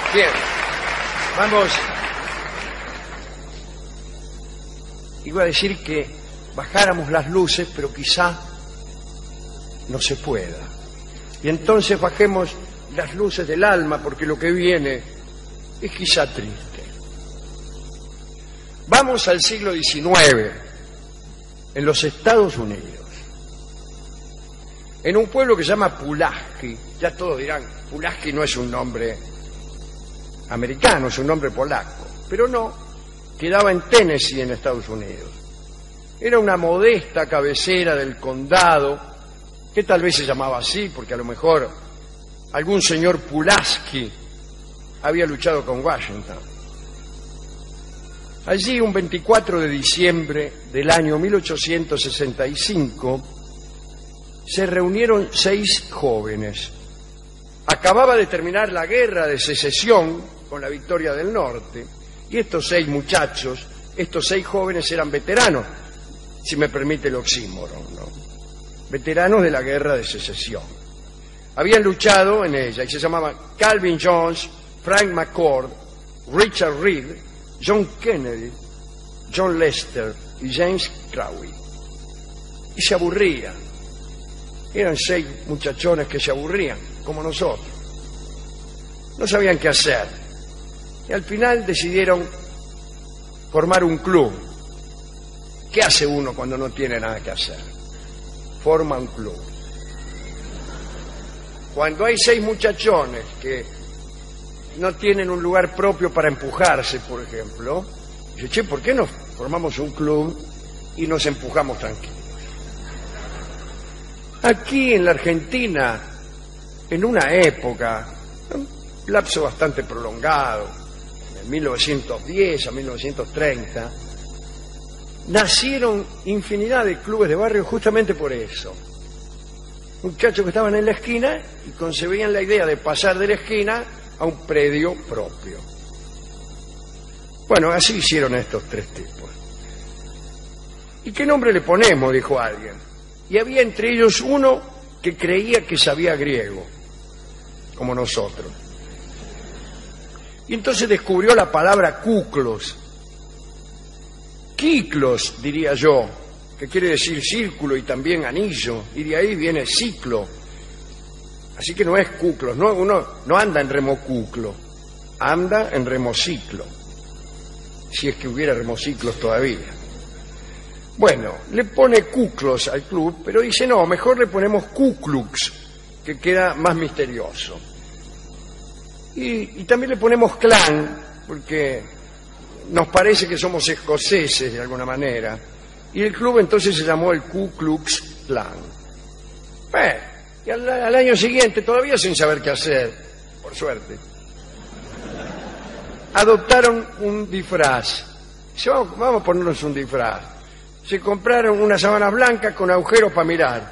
Bien, vamos. Iba a decir que bajáramos las luces, pero quizá no se pueda. Y entonces bajemos las luces del alma, porque lo que viene es quizá triste. Vamos al siglo XIX, en los Estados Unidos, en un pueblo que se llama Pulaski. Ya todos dirán, Pulaski no es un nombre americano, es un nombre polaco, pero no, quedaba en Tennessee, en Estados Unidos. Era una modesta cabecera del condado, que tal vez se llamaba así, porque a lo mejor algún señor Pulaski había luchado con Washington. Allí, un 24 de diciembre del año 1865, se reunieron 6 jóvenes. Acababa de terminar la guerra de secesión con la victoria del norte, y estos 6 muchachos, estos 6 jóvenes eran veteranos, si me permite el oxímoron, ¿no? Veteranos de la guerra de secesión. Habían luchado en ella y se llamaban Calvin Jones, Frank McCord, Richard Reed, John Kennedy, John Lester y James Crowley. Y se aburrían. Eran 6 muchachones que se aburrían, como nosotros. No sabían qué hacer. Y al final decidieron formar un club. ¿Qué hace uno cuando no tiene nada que hacer? Forma un club. Cuando hay 6 muchachones que no tienen un lugar propio para empujarse, por ejemplo, dice, che, ¿por qué no formamos un club y nos empujamos tranquilos? Aquí en la Argentina, en una época, un lapso bastante prolongado, de 1910 a 1930, nacieron infinidad de clubes de barrio justamente por eso. Muchachos que estaban en la esquina y concebían la idea de pasar de la esquina a un predio propio. Bueno, así hicieron estos 3 tipos. ¿Y qué nombre le ponemos?, dijo alguien. Y había entre ellos uno que creía que sabía griego, como nosotros. Y entonces descubrió la palabra kuklos. Kiklos, diría yo, que quiere decir círculo y también anillo, y de ahí viene ciclo. Así que no es kuklos, no, uno no anda en remociclo, anda en remociclo, si es que hubiera remociclos todavía. Bueno, le pone kuklos al club, pero dice no, mejor le ponemos Ku Klux, que queda más misterioso. Y también le ponemos clan, porque nos parece que somos escoceses de alguna manera, y el club entonces se llamó el Ku Klux Klan. Y al año siguiente, todavía sin saber qué hacer, por suerte, adoptaron un disfraz. Dice, vamos a ponernos un disfraz. Se compraron unas sábanas blancas con agujeros para mirar.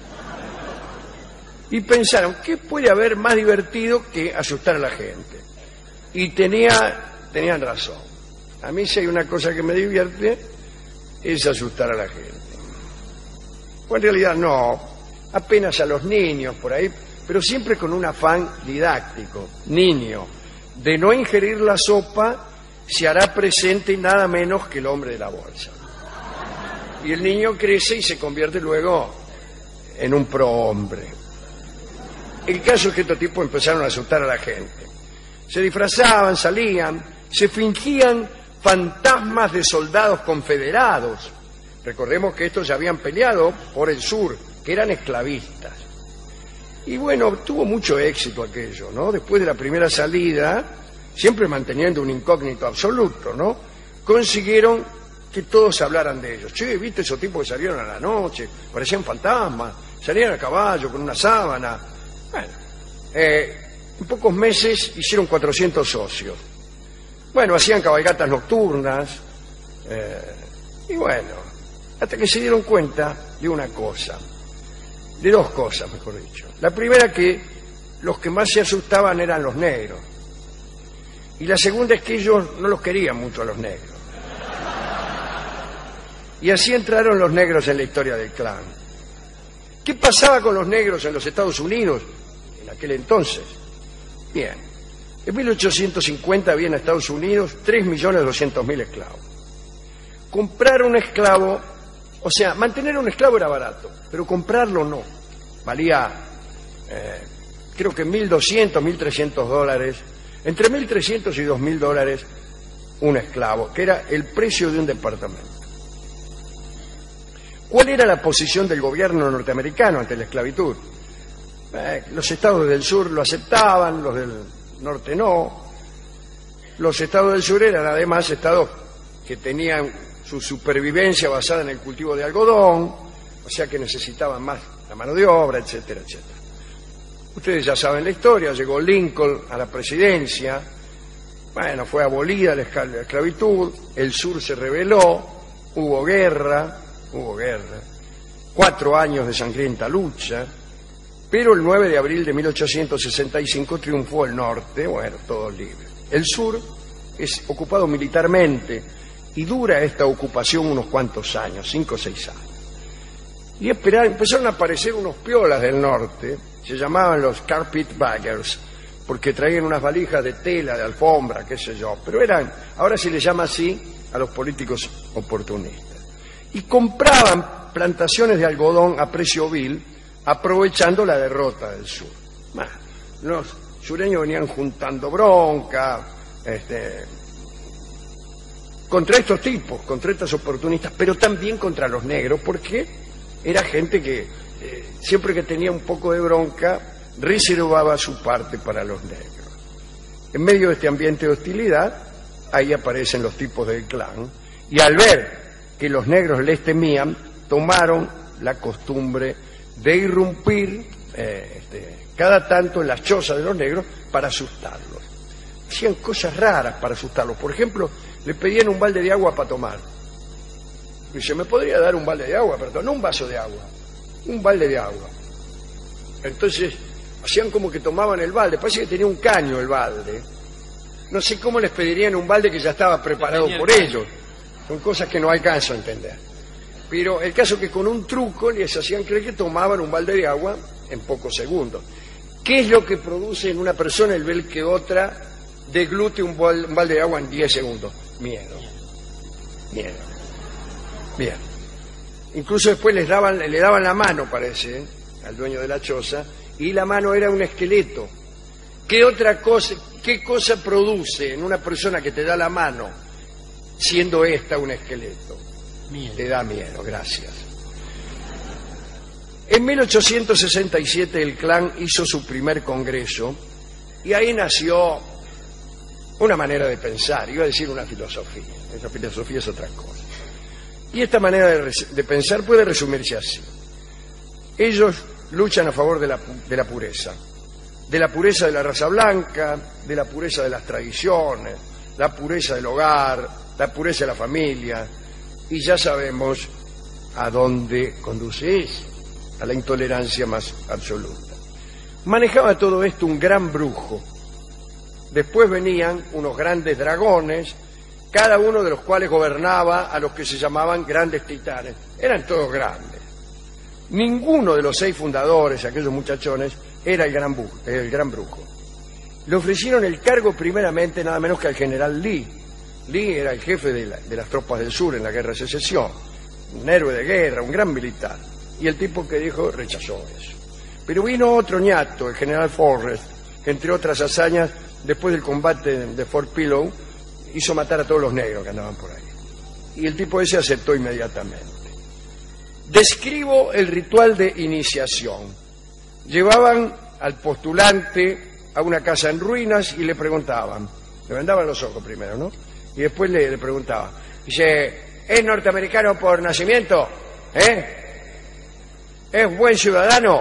Y pensaron, ¿qué puede haber más divertido que asustar a la gente? Y tenían razón. A mí si hay una cosa que me divierte, es asustar a la gente. Pues en realidad no, apenas a los niños por ahí, pero siempre con un afán didáctico. Niño, de no ingerir la sopa, se hará presente nada menos que el hombre de la bolsa. Y el niño crece y se convierte luego en un prohombre. El caso es que estos tipos empezaron a asustar a la gente. Se disfrazaban, salían, se fingían fantasmas de soldados confederados. Recordemos que estos ya habían peleado por el sur, que eran esclavistas. Y bueno, tuvo mucho éxito aquello, ¿no? Después de la primera salida, siempre manteniendo un incógnito absoluto, ¿no? Consiguieron que todos hablaran de ellos. Che, ¿viste esos tipos que salieron a la noche? Parecían fantasmas, salían a caballo con una sábana. Bueno, en pocos meses hicieron 400 socios. Bueno, hacían cabalgatas nocturnas, y bueno, hasta que se dieron cuenta de una cosa, de 2 cosas, mejor dicho. La primera, que los que más se asustaban eran los negros, y la segunda es que ellos no los querían mucho a los negros. Y así entraron los negros en la historia del clan. ¿Qué pasaba con los negros en los Estados Unidos en aquel entonces? Bien, En 1850 había en Estados Unidos 3.200.000 esclavos. Comprar un esclavo, o sea, mantener un esclavo era barato, pero comprarlo no. Valía, creo que $1.200, $1.300, entre $1.300 y $2.000 un esclavo, que era el precio de un departamento. ¿Cuál era la posición del gobierno norteamericano ante la esclavitud? Los estados del sur lo aceptaban, los del norte no. Los estados del sur eran además estados que tenían su supervivencia basada en el cultivo de algodón, o sea que necesitaban más la mano de obra, etcétera, etcétera. Ustedes ya saben la historia, llegó Lincoln a la presidencia, bueno, fue abolida la esclavitud, el sur se rebeló, hubo guerra, 4 años de sangrienta lucha, pero el 9 de abril de 1865 triunfó el norte, bueno, todos libres. El sur es ocupado militarmente y dura esta ocupación unos cuantos años, 5 o 6 años. Y empezaron a aparecer unos piolas del norte, se llamaban los carpetbaggers, porque traían unas valijas de tela, de alfombra, qué sé yo, pero ahora se les llama así a los políticos oportunistas. Y compraban plantaciones de algodón a precio vil, aprovechando la derrota del sur. Los sureños venían juntando bronca contra estos tipos, contra estos oportunistas, pero también contra los negros, porque era gente que siempre que tenía un poco de bronca reservaba su parte para los negros. En medio de este ambiente de hostilidad, ahí aparecen los tipos del Klan, y al ver que los negros les temían, tomaron la costumbre de irrumpir cada tanto en las chozas de los negros para asustarlos. Hacían cosas raras para asustarlos. Por ejemplo, le pedían un balde de agua para tomar. Dice, ¿me podría dar un balde de agua? Perdón, no un vaso de agua, un balde de agua. Entonces, hacían como que tomaban el balde, parece que tenía un caño el balde. No sé cómo les pedirían un balde que ya estaba preparado por ellos. Son cosas que no alcanzo a entender. Pero el caso es que con un truco les hacían creer que tomaban un balde de agua en pocos segundos. ¿Qué es lo que produce en una persona el ver que otra deglute un balde de agua en 10 segundos? Miedo. Bien. Incluso después le daban la mano, parece, al dueño de la choza, y la mano era un esqueleto. ¿Qué cosa produce en una persona que te da la mano, siendo esta un esqueleto? Miedo. Te da miedo, gracias. En 1867 el Klan hizo su primer congreso y ahí nació una manera de pensar, iba a decir una filosofía. Esa filosofía es otra cosa. Y esta manera de pensar puede resumirse así. Ellos luchan a favor de la pureza de la raza blanca, de la pureza de las tradiciones, la pureza del hogar, la pureza de la familia, y ya sabemos a dónde conduce eso, a la intolerancia más absoluta. Manejaba todo esto un gran brujo. Después venían unos grandes dragones, cada uno de los cuales gobernaba a los que se llamaban grandes titanes. Eran todos grandes. Ninguno de los 6 fundadores, aquellos muchachones, era el gran brujo. Le ofrecieron el cargo primeramente nada menos que al general Lee. Lee era el jefe de las tropas del sur en la guerra de secesión, un héroe de guerra, un gran militar. Y el tipo que dijo rechazó eso. Pero vino otro ñato, el general Forrest, que entre otras hazañas, después del combate de Fort Pillow, hizo matar a todos los negros que andaban por ahí. Y el tipo ese aceptó inmediatamente. Describo el ritual de iniciación. Llevaban al postulante a una casa en ruinas y le preguntaban, le vendaban los ojos primero, ¿no? Y después le preguntaban, dice, ¿es norteamericano por nacimiento? ¿Es buen ciudadano?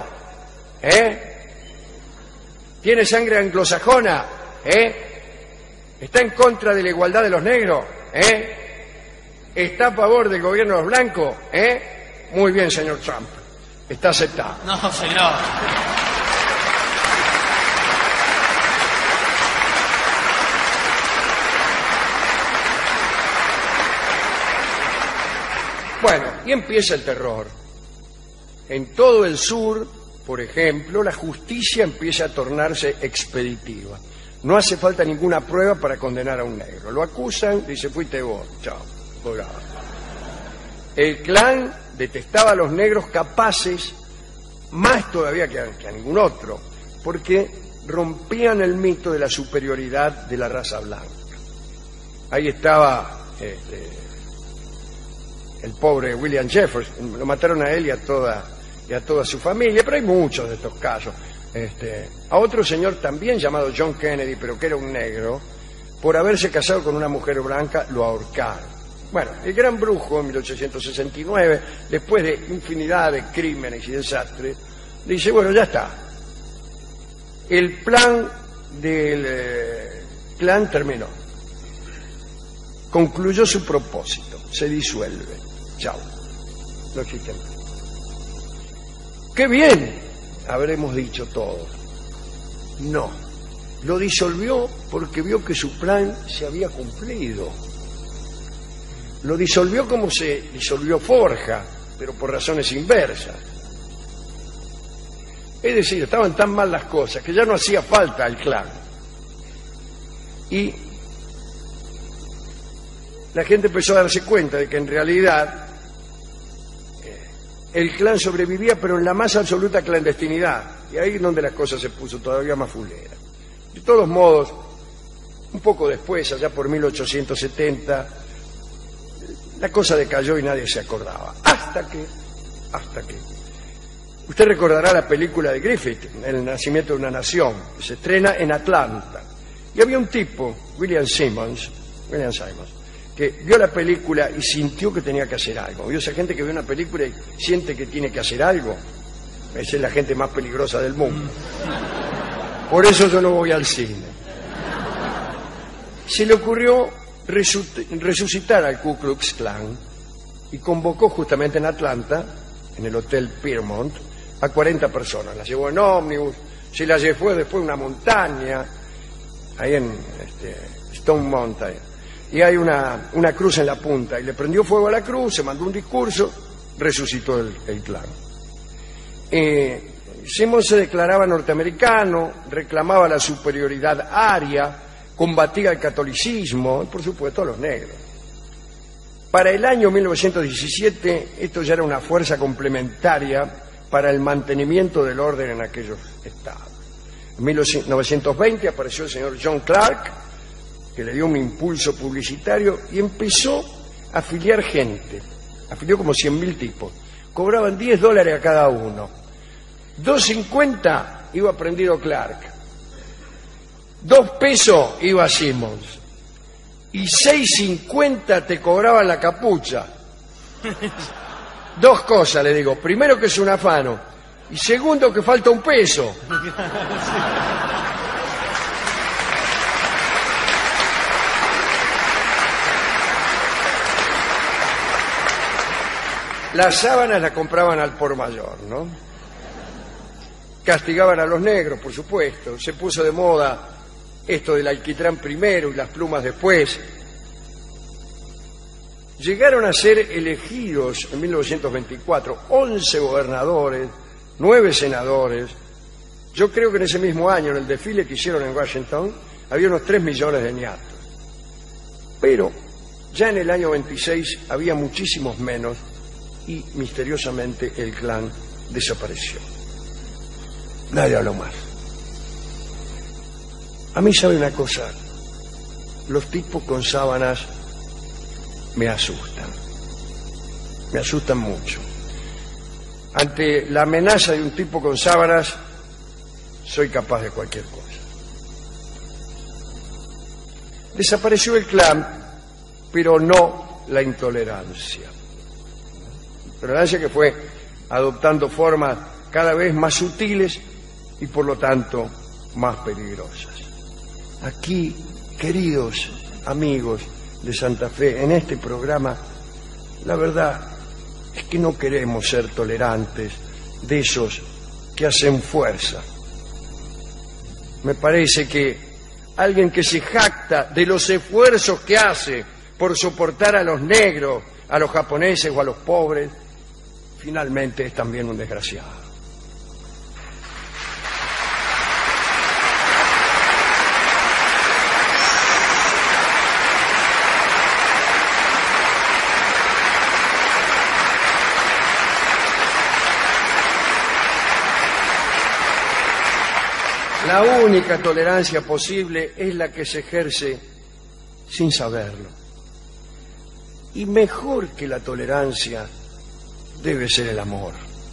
¿Tiene sangre anglosajona? ¿Está en contra de la igualdad de los negros? ¿Está a favor del gobierno de los blancos? Muy bien, señor Trump. Está aceptado. No, señor. Bueno, y empieza el terror. En todo el sur, por ejemplo, la justicia empieza a tornarse expeditiva. No hace falta ninguna prueba para condenar a un negro. Lo acusan, dice, fuiste vos, chao, colgado. El Klan detestaba a los negros capaces, más todavía que a ningún otro, porque rompían el mito de la superioridad de la raza blanca. Ahí estaba el pobre William Jefferson, lo mataron a él y a toda su familia, pero hay muchos de estos casos. A otro señor también llamado John Kennedy, pero que era un negro, por haberse casado con una mujer blanca, lo ahorcaron. Bueno, el gran brujo en 1869, después de infinidad de crímenes y desastres, dice, bueno, ya está. El plan del Klan terminó. Concluyó su propósito. Se disuelve. Chao. No existe más. ¡Qué bien! Habremos dicho todos. No. Lo disolvió porque vio que su plan se había cumplido. Lo disolvió como se disolvió Forja, pero por razones inversas. Es decir, estaban tan mal las cosas que ya no hacía falta el Klan. Y la gente empezó a darse cuenta de que en realidad el Klan sobrevivía, pero en la más absoluta clandestinidad. Y ahí es donde las cosas se puso todavía más fulera. De todos modos, un poco después, allá por 1870, la cosa decayó y nadie se acordaba. Hasta que... Usted recordará la película de Griffith, El nacimiento de una nación, que se estrena en Atlanta. Y había un tipo, William Simmons, que vio la película y sintió que tenía que hacer algo. ¿Vio esa gente que ve una película y siente que tiene que hacer algo? Esa es la gente más peligrosa del mundo. Por eso yo no voy al cine. Se le ocurrió resucitar al Ku Klux Klan y convocó justamente en Atlanta, en el Hotel Piermont, a 40 personas. Las llevó en ómnibus, se las llevó después a una montaña, ahí en Stone Mountain, y hay una cruz en la punta, y le prendió fuego a la cruz, se mandó un discurso, resucitó el Klan. Simmons se declaraba norteamericano, reclamaba la superioridad aria, combatía el catolicismo y por supuesto a los negros. Para el año 1917 esto ya era una fuerza complementaria para el mantenimiento del orden en aquellos estados. En 1920 apareció el señor John Clark, que le dio un impulso publicitario y empezó a afiliar gente. Afilió como 100.000 tipos. Cobraban $10 a cada uno. $2.50 iba prendido Clark. $2 iba Simmons. Y $6.50 te cobraban la capucha. Dos cosas le digo. Primero, que es un afano. Y segundo, que falta $1. Las sábanas las compraban al por mayor, ¿no? Castigaban a los negros, por supuesto. Se puso de moda esto del alquitrán primero y las plumas después. Llegaron a ser elegidos en 1924 11 gobernadores, 9 senadores. Yo creo que en ese mismo año, en el desfile que hicieron en Washington, había unos 3 millones de niatos. Pero ya en el año 26 había muchísimos menos y misteriosamente el Klan desapareció. Nadie habló más. A mí, ¿sabe una cosa? Los tipos con sábanas me asustan. Me asustan mucho. Ante la amenaza de un tipo con sábanas, soy capaz de cualquier cosa. Desapareció el Klan, pero no la intolerancia. Intolerancia que fue adoptando formas cada vez más sutiles y por lo tanto más peligrosas. Aquí, queridos amigos de Santa Fe, en este programa, la verdad es que no queremos ser tolerantes de esos que hacen fuerza. Me parece que alguien que se jacta de los esfuerzos que hace por soportar a los negros, a los japoneses o a los pobres, finalmente es también un desgraciado. La única tolerancia posible es la que se ejerce sin saberlo. Y mejor que la tolerancia debe ser el amor.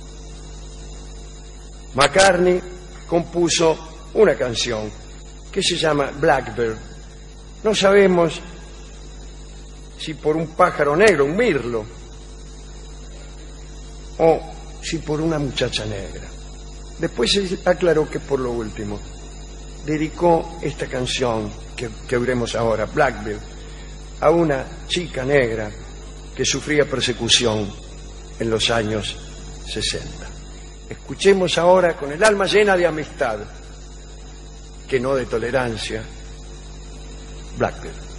McCartney compuso una canción que se llama Blackbird. No sabemos si por un pájaro negro, un mirlo, o si por una muchacha negra. Después se aclaró que por lo último. Dedicó esta canción que oiremos ahora, Blackbird, a una chica negra que sufría persecución en los años 60. Escuchemos ahora, con el alma llena de amistad, que no de tolerancia, Blackbird.